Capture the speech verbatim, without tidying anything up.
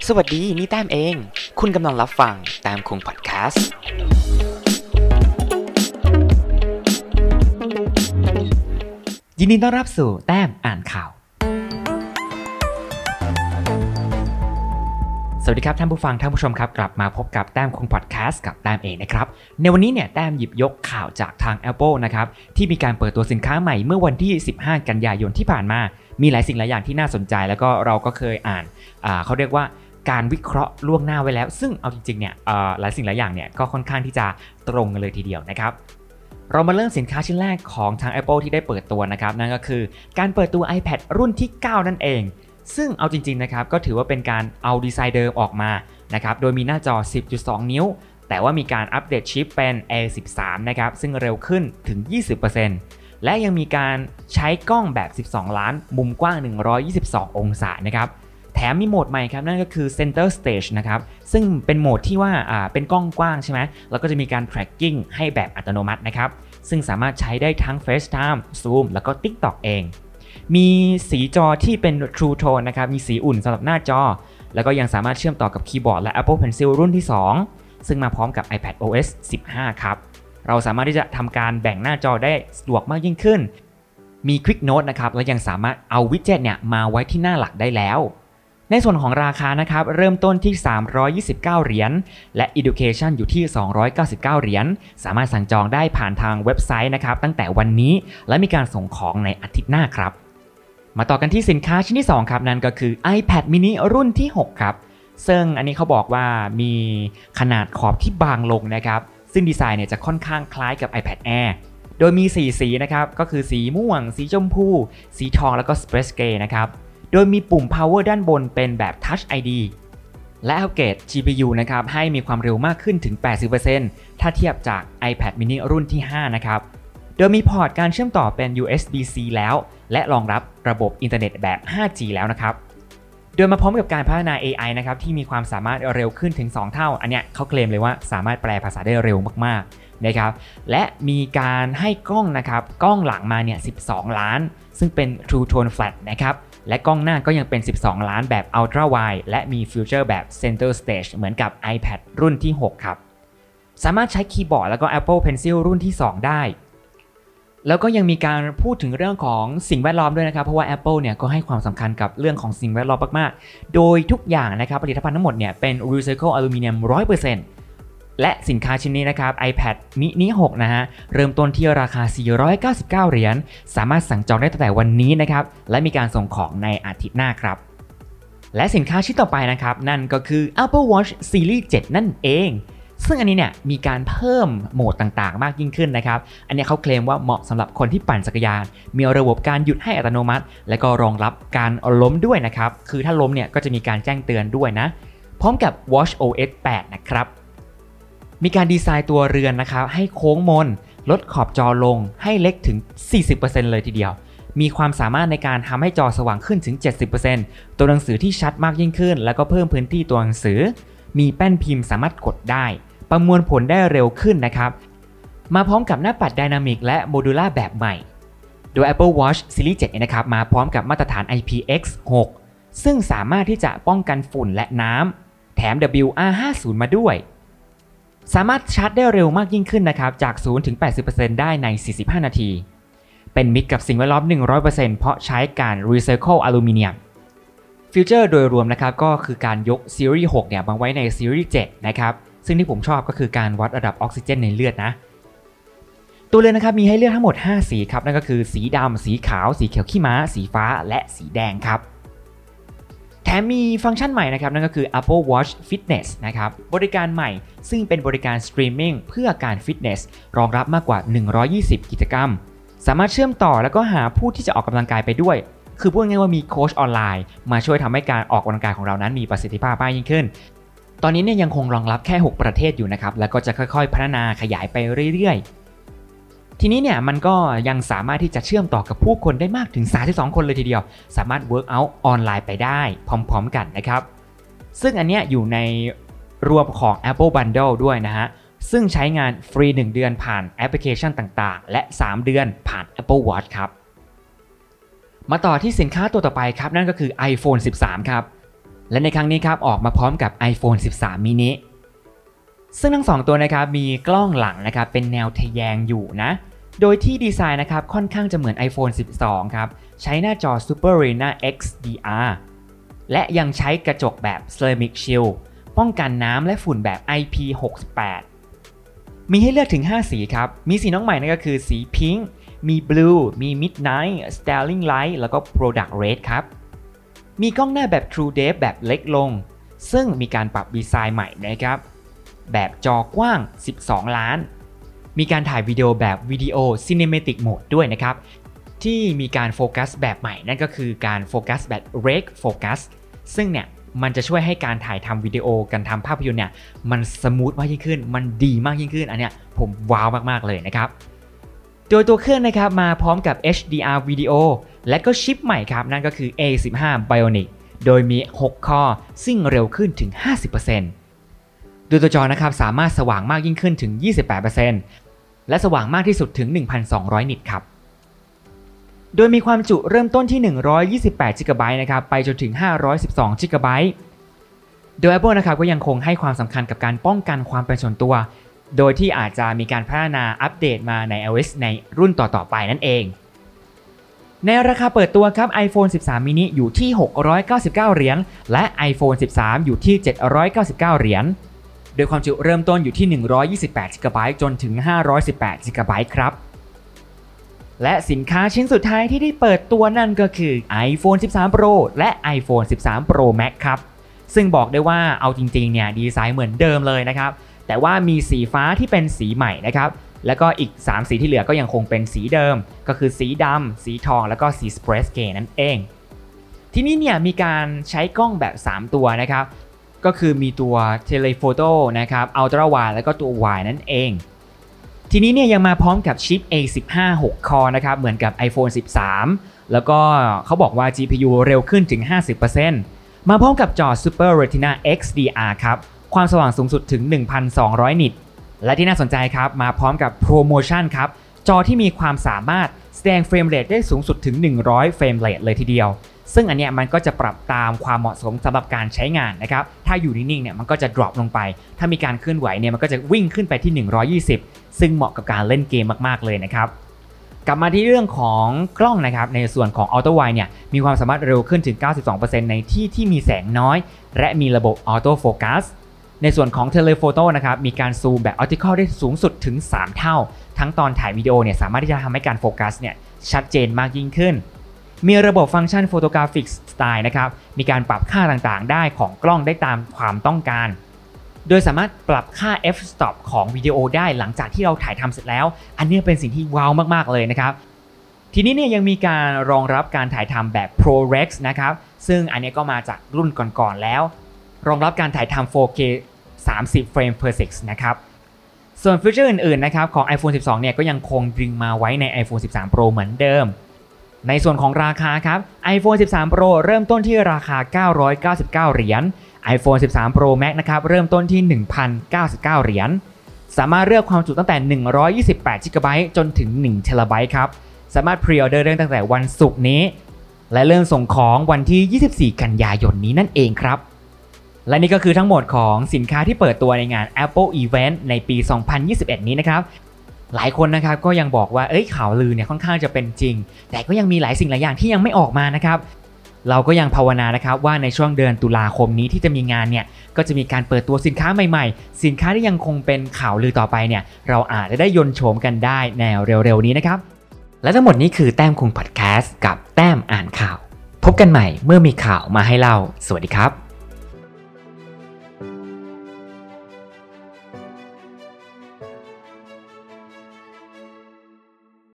สวัสดีนี่แต้มเองคุณกำลังรับฟังแต้มคงพอดแคสต์ยินดีต้อนรับสู่แต้มอ่านข่าวสวัสดีครับท่านผู้ฟังท่านผู้ชมครับกลับมาพบกับแต้มคงพอดแคสต์กับแต้มเองนะครับในวันนี้เนี่ยแต้มหยิบยกข่าวจากทาง Apple นะครับที่มีการเปิดตัวสินค้าใหม่เมื่อวันที่สิบห้ากันยายนที่ผ่านมามีหลายสิ่งหลายอย่างที่น่าสนใจแล้วก็เราก็เคยอ่านอ่าเขาเรียกว่าการวิเคราะห์ล่วงหน้าไว้แล้วซึ่งเอาจริงๆเนี่ยหลายสิ่งหลายอย่างเนี่ยก็ค่อนข้างที่จะตรงกันเลยทีเดียวนะครับเรามาเริ่มสินค้าชิ้นแรกของทาง Apple ที่ได้เปิดตัวนะครับนั่นก็คือการเปิดตัว iPad รุ่นที่เก้านั่นเองซึ่งเอาจริงๆนะครับก็ถือว่าเป็นการเอาดีไซน์เดิมออกมานะครับโดยมีหน้าจอ สิบจุดสอง นิ้วแต่ว่ามีการอัปเดตชิปเป็น เอ สิบสาม นะครับซึ่งเร็วขึ้นถึง ยี่สิบเปอร์เซ็นต์ และยังมีการใช้กล้องแบบสิบสองล้านมุมกว้างหนึ่งร้อยยี่สิบสององศานะครับแถมมีโหมดใหม่ครับนั่นก็คือ Center Stage นะครับซึ่งเป็นโหมดที่ว่าอ่าเป็นกล้องกว้างใช่ไหมแล้วก็จะมีการ tracking ให้แบบอัตโนมัตินะครับซึ่งสามารถใช้ได้ทั้ง FaceTime Zoom แล้วก็ TikTok เองมีสีจอที่เป็น True Tone นะครับมีสีอุ่นสำหรับหน้าจอแล้วก็ยังสามารถเชื่อมต่อกับคีย์บอร์ดและ Apple Pencil รุ่นที่สองซึ่งมาพร้อมกับ iPadOS สิบห้าครับเราสามารถที่จะทำการแบ่งหน้าจอได้สะดวกมากยิ่งขึ้นมี Quick Note นะครับและยังสามารถเอาวิดเจ็ตเนี่ยมาไว้ที่หน้าหลักได้แล้วในส่วนของราคานะครับเริ่มต้นที่สามร้อยยี่สิบเก้าเหรียญและ Education อยู่ที่สองร้อยเก้าสิบเก้าเหรียญสามารถสั่งจองได้ผ่านทางเว็บไซต์นะครับตั้งแต่วันนี้และมีการส่งของในอาทิตย์หน้าครับมาต่อกันที่สินค้าชิ้นที่สองครับนั่นก็คือ iPad mini รุ่นที่หกครับซึ่งอันนี้เขาบอกว่ามีขนาดขอบที่บางลงนะครับซึ่งดีไซน์เนี่ยจะค่อนข้างคล้ายกับ iPad Air โดยมีสี่สีนะครับก็คือสีม่วงสีชมพูสีทองแล้วก็ Space Gray นะครับโดยมีปุ่ม Power ด้านบนเป็นแบบ Touch ไอ ดี และอัปเกรด จี พี ยู นะครับให้มีความเร็วมากขึ้นถึง แปดสิบเปอร์เซ็นต์ ถ้าเทียบจาก iPad mini รุ่นที่ห้านะครับโดยมีพอร์ตการเชื่อมต่อเป็น ยู เอส บี ซี แล้วและรองรับระบบอินเทอร์เน็ตแบบ ห้าจี แล้วนะครับโดยมาพร้อมกับการพัฒนา เอ ไอ นะครับที่มีความสามารถเร็วขึ้นถึงสองเท่าอันเนี้ยเขาเคลมเลยว่าสามารถแปลภาษาได้เร็วมากๆนะครับและมีการให้กล้องนะครับกล้องหลังมาเนี่ยสิบสองล้านซึ่งเป็น True Tone Flat นะครับและกล้องหน้าก็ยังเป็นสิบสองล้านแบบ Ultra Wide และมีฟีเจอร์แบบ Center Stage เหมือนกับ iPad รุ่นที่หกครับสามารถใช้คีย์บอร์ดแล้วก็ Apple Pencil รุ่นที่สองได้แล้วก็ยังมีการพูดถึงเรื่องของสิ่งแวดล้อมด้วยนะครับเพราะว่า Apple เนี่ยก็ให้ความสำคัญกับเรื่องของสิ่งแวดล้อมมากๆโดยทุกอย่างนะครับผลิตภัณฑ์ทั้งหมดเนี่ยเป็น Recycle Aluminum หนึ่งร้อยเปอร์เซ็นต์ และสินค้าชิ้นนี้นะครับ iPad mini หกนะฮะเริ่มต้นที่ราคาสี่ร้อยเก้าสิบเก้าเหรียญสามารถสั่งจองได้ตั้งแต่วันนี้นะครับและมีการส่งของในอาทิตย์หน้าครับและสินค้าชิ้นต่อไปนะครับนั่นก็คือ Apple Watch Series เจ็ดนั่นเองซึ่งอันนี้เนี่ยมีการเพิ่มโหมดต่างๆมากยิ่งขึ้นนะครับอันนี้เขาเคลมว่าเหมาะสำหรับคนที่ปั่นจักรยานมีระบบการหยุดให้อัตโนมัติและก็รองรับการล้มด้วยนะครับคือถ้าล้มเนี่ยก็จะมีการแจ้งเตือนด้วยนะพร้อมกับ WatchOS แปดนะครับมีการดีไซน์ตัวเรือนนะครับให้โค้งมนลดขอบจอลงให้เล็กถึง สี่สิบเปอร์เซ็นต์ เลยทีเดียวมีความสามารถในการทำให้จอสว่างขึ้นถึง เจ็ดสิบเปอร์เซ็นต์ ตัวหนังสือที่ชัดมากยิ่งขึ้นแล้วก็เพิ่มพื้นที่ตัวหนังสือมีแป้นพิมพ์สามารถกดได้ประมวลผลได้เร็วขึ้นนะครับมาพร้อมกับหน้าปัดไดนามิกและโมดูล่าแบบใหม่โดย Apple Watch Series เจ็ดนะครับมาพร้อมกับมาตรฐาน ไอ พี เอ็กซ์ หกซึ่งสามารถที่จะป้องกันฝุ่นและน้ำแถม ดับเบิลยู อาร์ ห้าสิบ มาด้วยสามารถชาร์จได้เร็วมากยิ่งขึ้นนะครับจาก ศูนย์ถึงแปดสิบเปอร์เซ็นต์ ได้ใน สี่สิบห้า นาทีเป็นมิตรกับสิ่งแวดล้อม หนึ่งร้อยเปอร์เซ็นต์ เพราะใช้การ Recycle Aluminumฟีเจอร์โดยรวมนะครับก็คือการยก Series หกเนี่ยมาไว้ใน Series เจ็ดนะครับซึ่งที่ผมชอบก็คือการวัดระดับออกซิเจนในเลือดนะตัวเรือนนะครับมีให้เลือกทั้งหมดห้าสีครับนั่นก็คือสีดำสีขาวสีเขียวขี้ม้าสีฟ้าและสีแดงครับแถมมีฟังก์ชันใหม่นะครับนั่นก็คือ Apple Watch Fitness นะครับบริการใหม่ซึ่งเป็นบริการสตรีมมิ่งเพื่อการฟิตเนสรองรับมากกว่าหนึ่งร้อยยี่สิบกิจกรรมสามารถเชื่อมต่อแล้วก็หาผู้ที่จะออกกำลังกายไปด้วยคือพูดง่ายๆว่ามีโค้ชออนไลน์มาช่วยทำให้การออกกำลังกายของเรานั้นมีประสิทธิภาพมากยิ่งขึ้นตอนนี้เนี่ยยังคงรองรับแค่หกประเทศอยู่นะครับแล้วก็จะค่อยๆพัฒนาขยายไปเรื่อยๆทีนี้เนี่ยมันก็ยังสามารถที่จะเชื่อมต่อกับผู้คนได้มากถึงสามสิบสองคนเลยทีเดียวสามารถ work out ออนไลน์ไปได้พร้อมๆกันนะครับซึ่งอันเนี้ยอยู่ในรวมของ Apple Bundle ด้วยนะฮะซึ่งใช้งานฟรีหนึ่งเดือนผ่านแอปพลิเคชันต่างๆและสามเดือนผ่าน Apple Watch ครับมาต่อที่สินค้าตัวต่อไปครับนั่นก็คือ iPhone สิบสามครับและในครั้งนี้ครับออกมาพร้อมกับ iPhone สิบสาม mini ซึ่งทั้งสองตัวนะครับมีกล้องหลังนะครับเป็นแนวทะแยงอยู่นะโดยที่ดีไซน์นะครับค่อนข้างจะเหมือน iPhone สิบสอง ครับใช้หน้าจอ Super Retina เอ็กซ์ ดี อาร์ และยังใช้กระจกแบบ Ceramic Shield ป้องกันน้ำและฝุ่นแบบ ไอ พี หกสิบแปด มีให้เลือกถึงห้าสีครับมีสีน้องใหม่นั่นก็คือสีพิงค์มี Blue มี Midnight Sterling Light แล้วก็ Product Red ครับมีกล้องหน้าแบบ True Depth แบบเล็กลงซึ่งมีการปรับดีไซน์ใหม่นะครับแบบจอกว้างสิบสองล้านมีการถ่ายวิดีโอแบบวิดีโอ Cinematic Mode ด้วยนะครับที่มีการโฟกัสแบบใหม่นั่นก็คือการโฟกัสแบบ Rec Focus ซึ่งเนี่ยมันจะช่วยให้การถ่ายทำวิดีโอการทำภาพยนตร์เนี่ยมันสมูทมากยิ่งขึ้นมันดีมากยิ่งขึ้นอันเนี้ยผมว้าวมากๆเลยนะครับโดยตัวเครื่องนะครับมาพร้อมกับ เอช ดี อาร์ Video และก็ชิปใหม่ครับนั่นก็คือ เอ สิบห้า Bionic โดยมีหกคอซึ่งเร็วขึ้นถึง ห้าสิบเปอร์เซ็นต์ โดยตัวจอนะครับสามารถสว่างมากยิ่งขึ้นถึง ยี่สิบแปดเปอร์เซ็นต์ และสว่างมากที่สุดถึง หนึ่งพันสองร้อย นิตครับโดยมีความจุเริ่มต้นที่หนึ่งร้อยยี่สิบแปด จี บี นะครับไปจนถึงห้าร้อยสิบสอง จี บี โดย Apple นะครับก็ยังคงให้ความสำคัญกับการป้องกันความเป็นส่วนตัวโดยที่อาจจะมีการพัฒนาอัปเดตมาใน iOS ในรุ่นต่อๆไปนั่นเองในราคาเปิดตัวครับ iPhone สิบสาม mini อยู่ที่หกร้อยเก้าสิบเก้าเหรียญและ iPhone สิบสาม อยู่ที่เจ็ดร้อยเก้าสิบเก้าเหรียญโดยความจุเริ่มต้นอยู่ที่หนึ่งร้อยยี่สิบแปด จี บี จนถึงห้าร้อยสิบแปด จี บี ครับและสินค้าชิ้นสุดท้ายที่ได้เปิดตัวนั่นก็คือ iPhone สิบสาม Pro และ iPhone สิบสาม Pro Max ครับซึ่งบอกได้ว่าเอาจริงๆเนี่ยดีไซน์เหมือนเดิมเลยนะครับแต่ว่ามีสีฟ้าที่เป็นสีใหม่นะครับแล้วก็อีกสามสีที่เหลือก็ยังคงเป็นสีเดิมก็คือสีดำสีทองแล้วก็สี Express Gray นั่นเองทีนี้เนี่ยมีการใช้กล้องแบบสามตัวนะครับก็คือมีตัว Telephoto นะครับ Ultra Wide แล้วก็ตัว Wide นั่นเองทีนี้เนี่ยยังมาพร้อมกับชิป เอ สิบห้า หก คอร์นะครับเหมือนกับ iPhone สิบสาม แล้วก็เขาบอกว่า จี พี ยู เร็วขึ้นถึง ห้าสิบเปอร์เซ็นต์ มาพร้อมกับจอ Super Retina เอ็กซ์ ดี อาร์ ครับความสว่างสูงสุดถึง หนึ่งพันสองร้อย นิตและที่น่าสนใจครับมาพร้อมกับ ProMotion ครับจอที่มีความสามารถแสดงเฟรมเรทได้สูงสุดถึงหนึ่งร้อยเฟรมเรทเลยทีเดียวซึ่งอันเนี้ยมันก็จะปรับตามความเหมาะสมสำหรับการใช้งานนะครับถ้าอยู่นิ่งๆเนี่ยมันก็จะ drop ลงไปถ้ามีการเคลื่อนไหวเนี่ยมันก็จะวิ่งขึ้นไปที่หนึ่งร้อยยี่สิบซึ่งเหมาะกับการเล่นเกมมากๆเลยนะครับกลับมาที่เรื่องของกล้องนะครับในส่วนของ Auto Wide เนี่ยมีความสามารถเร็วขึ้นถึง เก้าสิบสองเปอร์เซ็นต์ ในที่ที่มีแสงน้อยและมีระบบ Auto Focus ในส่วนของ Telephoto นะครับมีการซูมแบบ Optical ได้สูงสุดถึงสามเท่าทั้งตอนถ่ายวิดีโอเนี่ยสามารถที่จะทำให้การโฟกัสเนี่ยชัดเจนมากยิ่งขึ้นมีระบบฟังก์ชัน Photographic Style นะครับมีการปรับค่าต่างๆได้ของกล้องได้ตามความต้องการโดยสามารถปรับค่า f-stop ของวิดีโอได้หลังจากที่เราถ่ายทำเสร็จแล้วอันนี้เป็นสิ่งที่ว้าวมากๆเลยนะครับทีนี้เนี่ยยังมีการรองรับการถ่ายทำแบบ ProRes นะครับซึ่งอันนี้ก็มาจากรุ่นก่อนๆแล้วรองรับการถ่ายทำ โฟร์เค สามสิบ frame per second นะครับส่วนฟีเจอร์อื่นๆนะครับของ iPhone สิบสอง เนี่ยก็ยังคงดึงมาไว้ใน iPhone สิบสาม Pro เหมือนเดิมในส่วนของราคาครับ iPhone สิบสาม Pro เริ่มต้นที่ราคาเก้าร้อยเก้าสิบเก้าเหรียญ iPhone สิบสาม Pro Max นะครับเริ่มต้นที่ หนึ่งพันเก้าสิบเก้าเหรียญสามารถเลือกความจุตั้งแต่หนึ่งร้อยยี่สิบแปด จี บี จนถึงหนึ่งเทราไบต์ครับสามารถพรีออเดอร์ได้ตั้งแต่วันศุกร์นี้และเริ่มส่งของวันที่ยี่สิบสี่กันยายนนี้นั่นเองครับและนี่ก็คือทั้งหมดของสินค้าที่เปิดตัวในงาน Apple Event ในปี สองพันยี่สิบเอ็ด นี้นะครับหลายคนนะครับก็ยังบอกว่าเอ้ยข่าวลือเนี่ยค่อนข้างจะเป็นจริงแต่ก็ยังมีหลายสิ่งหลายอย่างที่ยังไม่ออกมานะครับเราก็ยังภาวนานะครับว่าในช่วงเดือนตุลาคมนี้ที่จะมีงานเนี่ยก็จะมีการเปิดตัวสินค้าใหม่ๆสินค้าที่ยังคงเป็นข่าวลือต่อไปเนี่ยเราอาจจะได้ยนต์โฉมกันได้ในเร็วๆนี้นะครับและทั้งหมดนี้คือแต้มคุงพอดแคสต์กับแต้มอ่านข่าวพบกันใหม่เมื่อมีข่าวมาให้เล่าสวัสดีครับ